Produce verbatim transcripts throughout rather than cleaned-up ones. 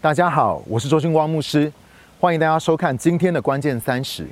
大家好，我是周星光牧师，欢迎大家收看今天的关键三十。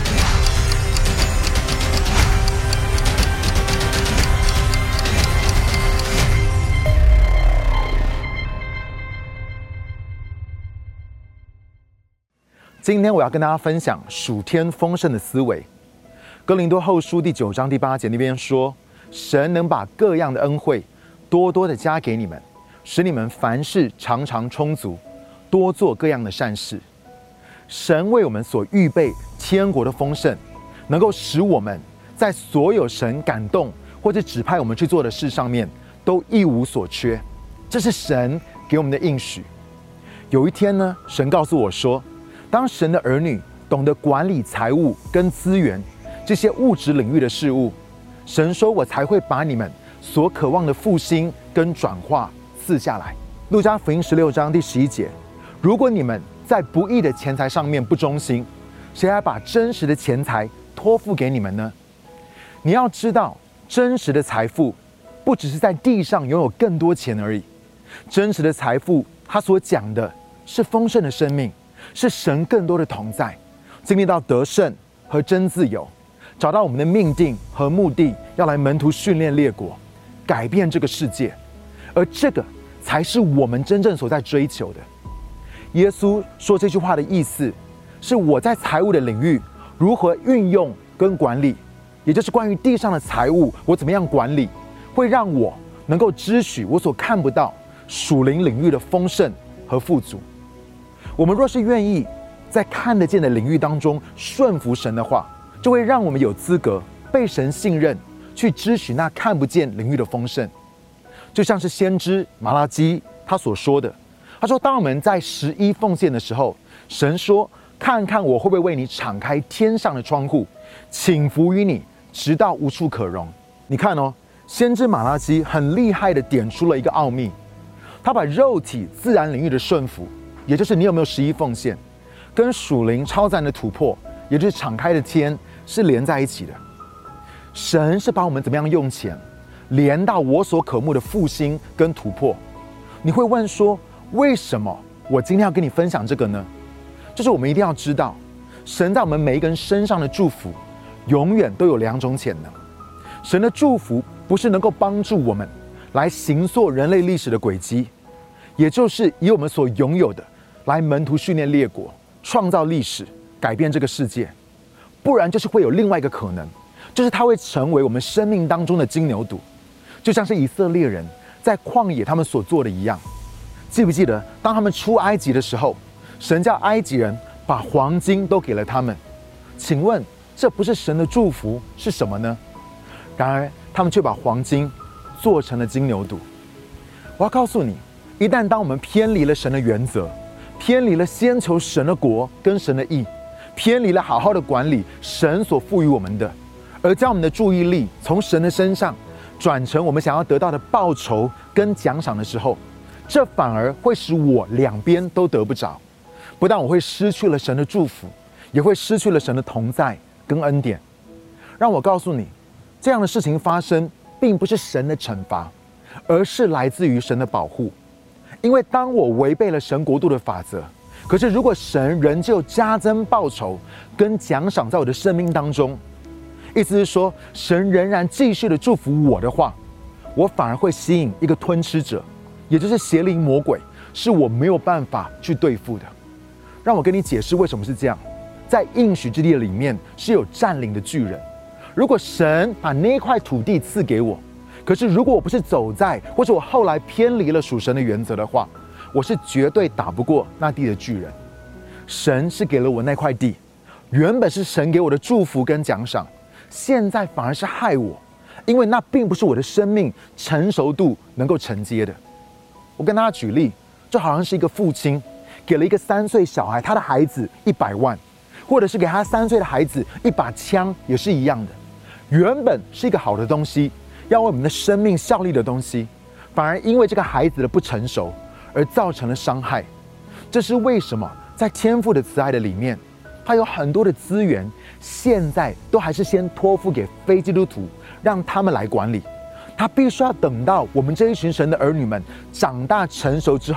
今天我要跟大家分享属天丰盛的思维。哥林多后书第九章第八节那边说，神能把各样的恩惠多多的加给你们，使你们凡事常常充足，多做各样的善事。神为我们所预备天国的丰盛，能够使我们在所有神感动或者指派我们去做的事上面都一无所缺，这是神给我们的应许。有一天呢，神告诉我说，当神的儿女懂得管理财物跟资源这些物质领域的事物，神说我才会把你们所渴望的复兴跟转化赐下来。路加福音十六章第十一节，如果你们在不义的钱财上面不忠心，谁还把真实的钱财托付给你们呢？你要知道，真实的财富不只是在地上拥有更多钱而已，真实的财富它所讲的是丰盛的生命，是神更多的同在，经历到得胜和真自由，找到我们的命定和目的，要来门徒训练列国，改变这个世界，而这个才是我们真正所在追求的。耶稣说这句话的意思是，我在财务的领域如何运用跟管理，也就是关于地上的财物我怎么样管理，会让我能够支取我所看不到属灵领域的丰盛和富足。我们若是愿意在看得见的领域当中顺服神的话，就会让我们有资格被神信任，去支取那看不见领域的丰盛。就像是先知马拉基他所说的，他说，当我们在十一奉献的时候，神说，看看我会不会为你敞开天上的窗户，倾福于你，直到无处可容。你看哦，先知马拉基很厉害的点出了一个奥秘，他把肉体自然领域的顺服，也就是你有没有十一奉献，跟属灵超自然的突破，也就是敞开的天，是连在一起的。神是把我们怎么样用钱连到我所渴慕的复兴跟突破。你会问说，为什么我今天要跟你分享这个呢？就是我们一定要知道，神在我们每一个人身上的祝福永远都有两种潜能。神的祝福不是能够帮助我们来形塑人类历史的轨迹，也就是以我们所拥有的来门徒训练列国，创造历史，改变这个世界。不然就是会有另外一个可能，就是它会成为我们生命当中的金牛犊，就像是以色列人在旷野他们所做的一样。记不记得当他们出埃及的时候，神叫埃及人把黄金都给了他们？请问这不是神的祝福是什么呢？然而他们却把黄金做成了金牛犊。我要告诉你，一旦当我们偏离了神的原则，偏离了先求神的国跟神的义，偏离了好好的管理神所赋予我们的，而将我们的注意力从神的身上转成我们想要得到的报酬跟奖赏的时候，这反而会使我两边都得不着。不但我会失去了神的祝福，也会失去了神的同在跟恩典。让我告诉你，这样的事情发生并不是神的惩罚，而是来自于神的保护。因为当我违背了神国度的法则，可是如果神仍旧加增报酬跟奖赏在我的生命当中，意思是说神仍然继续的祝福我的话，我反而会吸引一个吞吃者，也就是邪灵魔鬼，是我没有办法去对付的。让我跟你解释为什么是这样。在应许之地里面是有占领的巨人，如果神把那块土地赐给我，可是如果我不是走在，或者我后来偏离了属神的原则的话，我是绝对打不过那地的巨人。神是给了我那块地，原本是神给我的祝福跟奖赏，现在反而是害我，因为那并不是我的生命成熟度能够承接的。我跟大家举例，就好像是一个父亲给了一个三岁小孩他的孩子一百万，或者是给他三岁的孩子一把枪，也是一样的。原本是一个好的东西，要为我们的生命效力的东西，反而因为这个孩子的不成熟而造成了伤害。这是为什么在天父的慈爱的里面，他有很多的资源现在都还是先托付给非基督徒，让他们来管理。他必须要等到我们这一群神的儿女们长大成熟之后，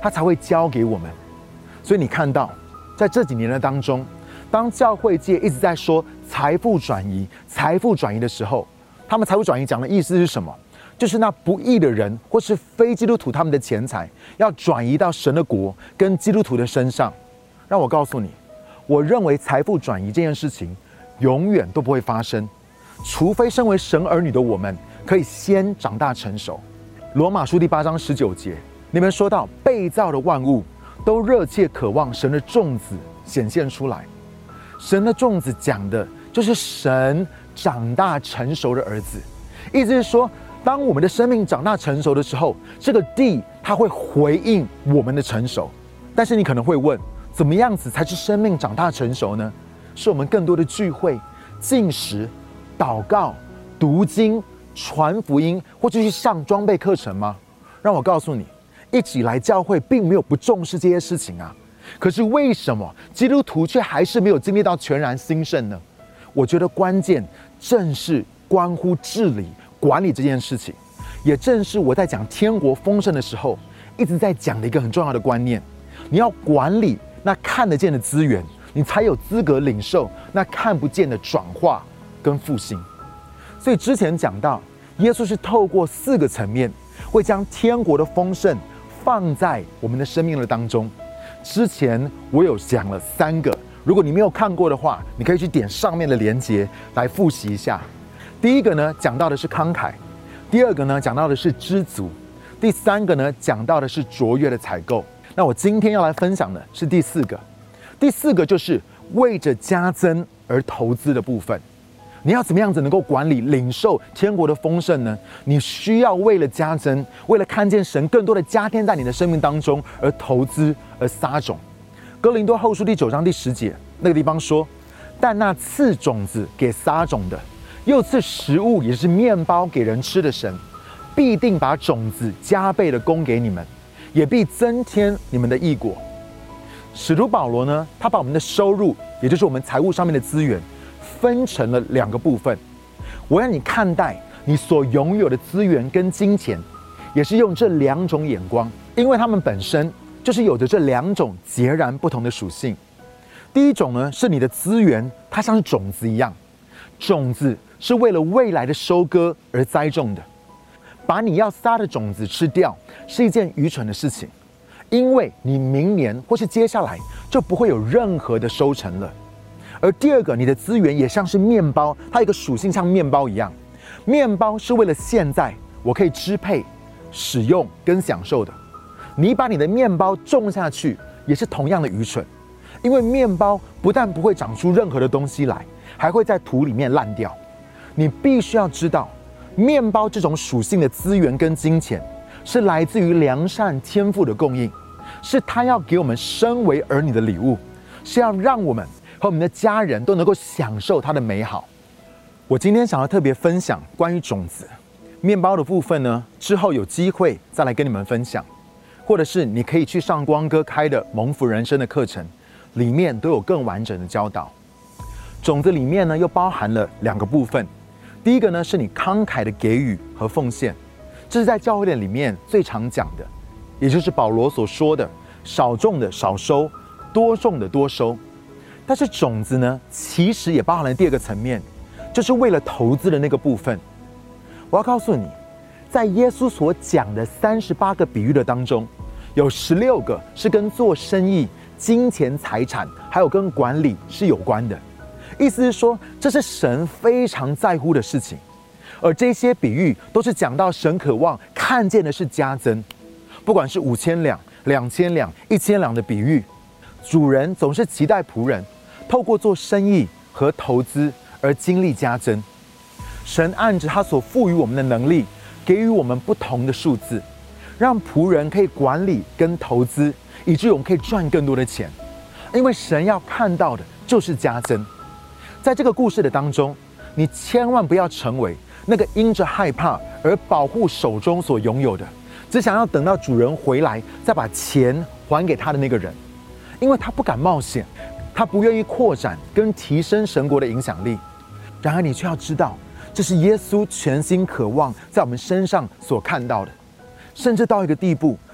他才会交给我们。所以你看到，在这几年的当中，当教会界一直在说财富转移、财富转移的时候，他们财富转移讲的意思是什么？就是那不义的人或是非基督徒他们的钱财要转移到神的国跟基督徒的身上。让我告诉你，我认为财富转移这件事情永远都不会发生，除非身为神儿女的我们可以先长大成熟。罗马书第八章十九节里面说到，被造的万物都热切渴望神的种子显现出来。神的种子讲的就是神长大成熟的儿子，意思是说，当我们的生命长大成熟的时候，这个地它会回应我们的成熟。但是你可能会问，怎么样子才是生命长大成熟呢？是我们更多的聚会、禁食、祷告、读经、传福音，或者去上装备课程吗？让我告诉你，一起来教会并没有不重视这些事情啊。可是为什么基督徒却还是没有经历到全然兴盛呢？我觉得关键正是关乎治理、管理这件事情，也正是我在讲天国丰盛的时候一直在讲的一个很重要的观念。你要管理那看得见的资源，你才有资格领受那看不见的转化跟复兴。所以之前讲到，耶稣是透过四个层面，会将天国的丰盛放在我们的生命的当中。之前我有讲了三个，如果你没有看过的话，你可以去点上面的连结来复习一下。第一个呢，讲到的是慷慨；第二个呢，讲到的是知足；第三个呢，讲到的是卓越的采购。那我今天要来分享的是第四个。第四个就是为着加增而投资的部分。你要怎么样子能够管理、领受天国的丰盛呢？你需要为了加增，为了看见神更多的加添在你的生命当中而投资、而撒种。哥林多后书第九章第十节那个地方说：“但那赐种子给撒种的，又赐食物，也是面包给人吃的神，必定把种子加倍的供给你们，也必增添你们的义果。”使徒保罗呢，他把我们的收入，也就是我们财务上面的资源，分成了两个部分。我让你看待你所拥有的资源跟金钱，也是用这两种眼光，因为它们本身就是有着这两种截然不同的属性。第一种呢，是你的资源，它像是种子一样，种子是为了未来的收割而栽种的。把你要撒的种子吃掉，是一件愚蠢的事情，因为你明年或是接下来就不会有任何的收成了。而第二个，你的资源也像是面包，它有一个属性像面包一样，面包是为了现在我可以支配、使用跟享受的。你把你的面包种下去，也是同样的愚蠢，因为面包不但不会长出任何的东西来，还会在土里面烂掉。你必须要知道，面包这种属性的资源跟金钱，是来自于良善天父的供应，是他要给我们身为儿女的礼物，是要让我们和我们的家人都能够享受它的美好。我今天想要特别分享关于种子、面包的部分呢，之后有机会再来跟你们分享，或者是你可以去上光哥开的蒙福人生的课程，里面都有更完整的教导。种子里面呢，又包含了两个部分。第一个呢，是你慷慨的给予和奉献，这是在教会里面最常讲的，也就是保罗所说的少种的少收，多种的多收。但是种子呢，其实也包含了第二个层面，就是为了投资的那个部分。我要告诉你，在耶稣所讲的三十八个比喻的当中，有十六个是跟做生意、金钱、财产，还有跟管理是有关的。意思是说，这是神非常在乎的事情。而这些比喻都是讲到神渴望看见的是加增，不管是五千两、两千两、一千两的比喻，主人总是期待仆人透过做生意和投资而经历加增。神按着他所赋予我们的能力，给予我们不同的数字，让仆人可以管理跟投资，以至于我们可以赚更多的钱。因为神要看到的就是加增。在这个故事的当中，你千万不要成为那个因着害怕而保护手中所拥有的，只想要等到主人回来再把钱还给他的那个人。因为他不敢冒险，他不愿意扩展跟提升神国的影响力。然而你却要知道，这是耶稣全心渴望在我们身上所看到的，甚至到一个地步，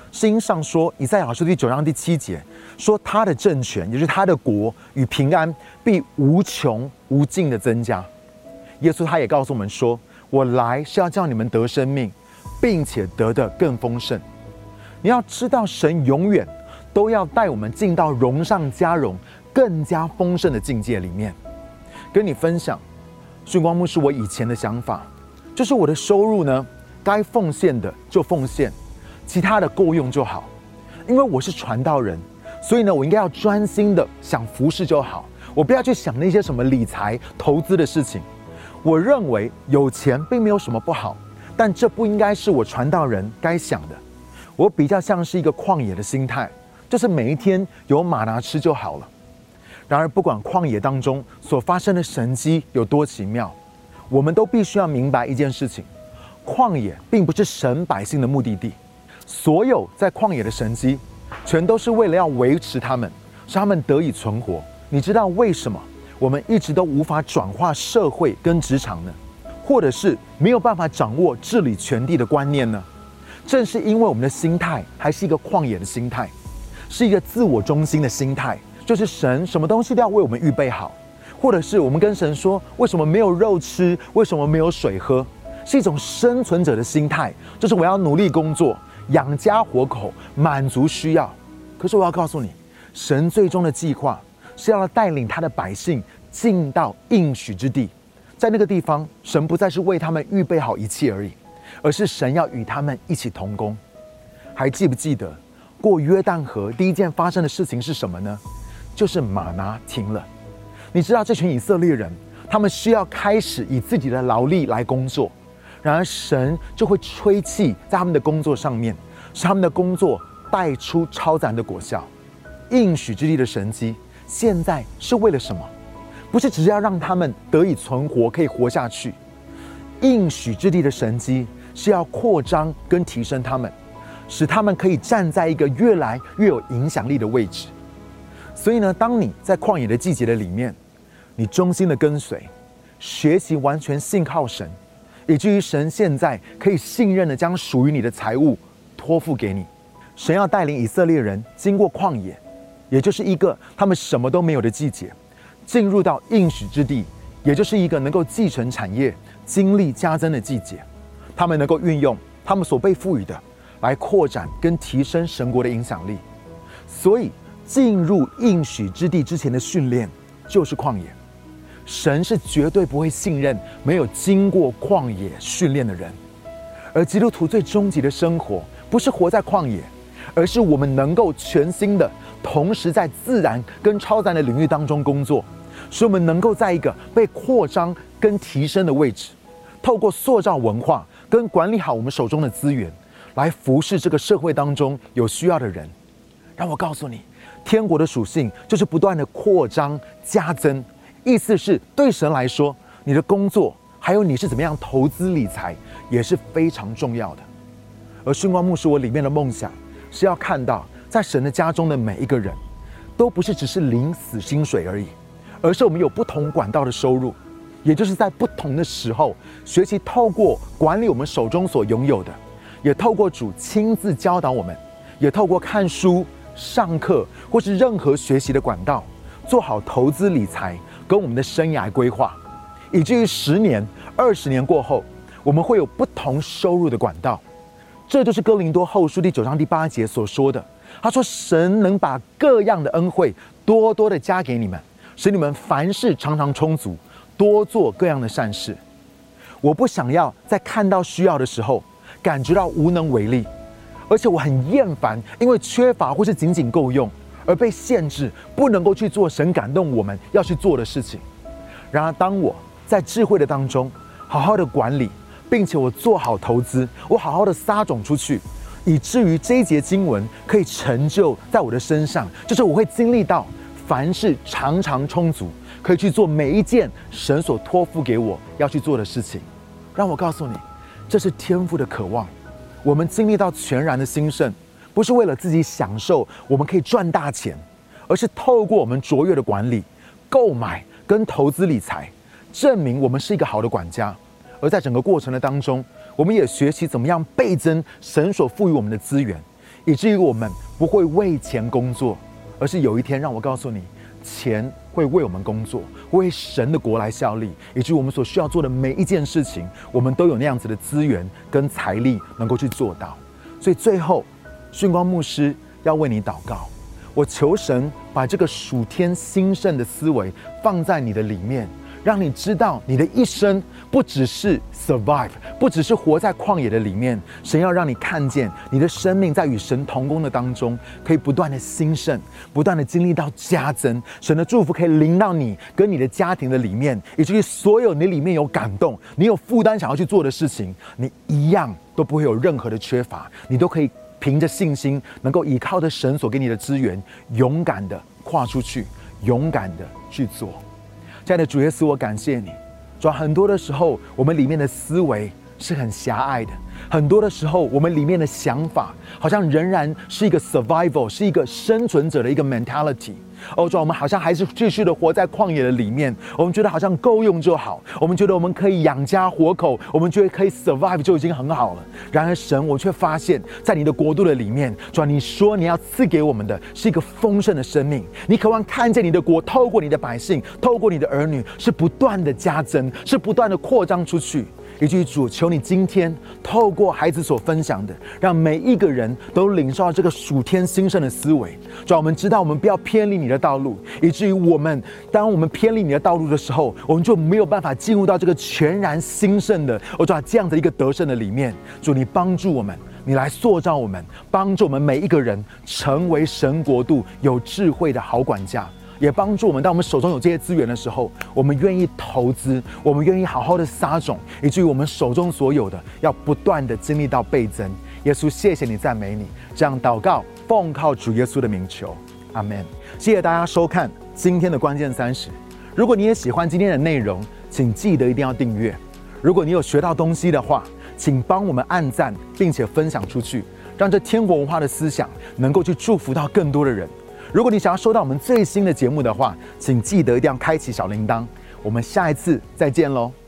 圣经上说，以赛亚书第九章第七节说，他的政权，也就是他的国与平安，必无穷无尽的增加。耶稣他也告诉我们说，我来是要叫你们得生命，并且得的更丰盛。你要知道，神永远都要带我们进到荣上加荣、更加丰盛的境界里面。跟你分享，训光牧师我以前的想法，就是我的收入呢，该奉献的就奉献，其他的够用就好。因为我是传道人，所以呢，我应该要专心的想服事就好，我不要去想那些什么理财、投资的事情。我认为有钱并没有什么不好，但这不应该是我传道人该想的。我比较像是一个旷野的心态，就是每一天有马拿吃就好了。然而，不管旷野当中所发生的神迹有多奇妙，我们都必须要明白一件事情：旷野并不是神百姓的目的地。所有在旷野的神迹，全都是为了要维持他们，使他们得以存活。你知道为什么我们一直都无法转化社会跟职场呢？或者是没有办法掌握治理全地的观念呢？正是因为我们的心态还是一个旷野的心态，是一个自我中心的心态，就是神什么东西都要为我们预备好，或者是我们跟神说，为什么没有肉吃，为什么没有水喝，是一种生存者的心态，就是我要努力工作，养家活口，满足需要。可是我要告诉你，神最终的计划是要带领他的百姓进到应许之地，在那个地方，神不再是为他们预备好一切而已，而是神要与他们一起同工。还记不记得过约旦河第一件发生的事情是什么呢？就是玛拿停了。你知道这群以色列人，他们需要开始以自己的劳力来工作，然而神就会吹气在他们的工作上面，使他们的工作带出超自然的果效。应许之地的神迹现在是为了什么？不是只是要让他们得以存活，可以活下去。应许之地的神迹是要扩张跟提升他们，使他们可以站在一个越来越有影响力的位置。所以呢，当你在旷野的季节的里面，你忠心的跟随，学习完全信靠神，以至于神现在可以信任的将属于你的财物托付给你。神要带领以色列人经过旷野，也就是一个他们什么都没有的季节，进入到应许之地，也就是一个能够继承产业、经历加增的季节。他们能够运用他们所被赋予的，来扩展跟提升神国的影响力。所以进入应许之地之前的训练就是旷野。神是绝对不会信任没有经过旷野训练的人。而基督徒最终极的生活，不是活在旷野，而是我们能够全心的同时在自然跟超自然的领域当中工作，使我们能够在一个被扩张跟提升的位置，透过塑造文化跟管理好我们手中的资源，来服侍这个社会当中有需要的人。让我告诉你，天国的属性就是不断的扩张加增，意思是对神来说，你的工作还有你是怎么样投资理财也是非常重要的。而训光牧师我里面的梦想是要看到，在神的家中的每一个人都不是只是领死薪水而已，而是我们有不同管道的收入，也就是在不同的时候学习透过管理我们手中所拥有的，也透过主亲自教导我们，也透过看书、上课或是任何学习的管道，做好投资理财跟我们的生涯规划，以至于十年、二十年过后，我们会有不同收入的管道。这就是哥林多后书第九章第八节所说的，他说神能把各样的恩惠多多的加给你们，使你们凡事常常充足，多做各样的善事。我不想要在看到需要的时候感觉到无能为力，而且我很厌烦因为缺乏或是仅仅够用而被限制，不能够去做神感动我们要去做的事情。然而当我在智慧的当中好好的管理，并且我做好投资，我好好的撒种出去，以至于这一节经文可以成就在我的身上，就是我会经历到凡事常常充足，可以去做每一件神所托付给我要去做的事情。让我告诉你，这是天父的渴望。我们经历到全然的兴盛，不是为了自己享受我们可以赚大钱，而是透过我们卓越的管理、购买跟投资理财，证明我们是一个好的管家。而在整个过程的当中，我们也学习怎么样倍增神所赋予我们的资源， 以至于我们不会为钱工作，而是有一天让我告诉你，钱会为我们工作，会为神的国来效力，以至于我们所需要做的每一件事情，我们都有那样子的资源跟财力能够去做到。所以最后，训光牧师要为你祷告，我求神把这个属天兴盛的思维放在你的里面，让你知道你的一生不只是 survive， 不只是活在旷野的里面，神要让你看见你的生命在与神同工的当中，可以不断的兴盛，不断的经历到加增，神的祝福可以临到你跟你的家庭的里面，以至于所有你里面有感动，你有负担想要去做的事情，你一样都不会有任何的缺乏，你都可以凭着信心，能够依靠着神所给你的资源，勇敢的跨出去，勇敢的去做。亲爱的主耶稣，我感谢你。主，很多的时候，我们里面的思维是很狭隘的，很多的时候，我们里面的想法好像仍然是一个 survival， 是一个生存者的一个 mentality。哦，主，我们好像还是继续的活在旷野的里面，我们觉得好像够用就好，我们觉得我们可以养家活口，我们觉得可以 survive 就已经很好了。然而神，我却发现在你的国度的里面，主，你说你要赐给我们的是一个丰盛的生命，你渴望看见你的国透过你的百姓，透过你的儿女，是不断的加增，是不断的扩张出去。以至于主，求你今天透过孩子所分享的，让每一个人都领受到这个属天兴盛的思维。主，我们知道我们不要偏离你的道路，以至于我们当我们偏离你的道路的时候，我们就没有办法进入到这个全然兴盛的，我主这样的一个得胜的里面。主，你帮助我们，你来塑造我们，帮助我们每一个人成为神国度有智慧的好管家。也帮助我们，当我们手中有这些资源的时候，我们愿意投资，我们愿意好好的撒种，以至于我们手中所有的要不断的经历到倍增。耶稣，谢谢你，赞美你，这样祷告，奉靠主耶稣的名求，阿们。谢谢大家收看今天的关键三十。如果你也喜欢今天的内容，请记得一定要订阅。如果你有学到东西的话，请帮我们按赞，并且分享出去，让这天国文化的思想能够去祝福到更多的人。如果你想要收到我们最新的节目的话，请记得一定要开启小铃铛。我们下一次再见喽。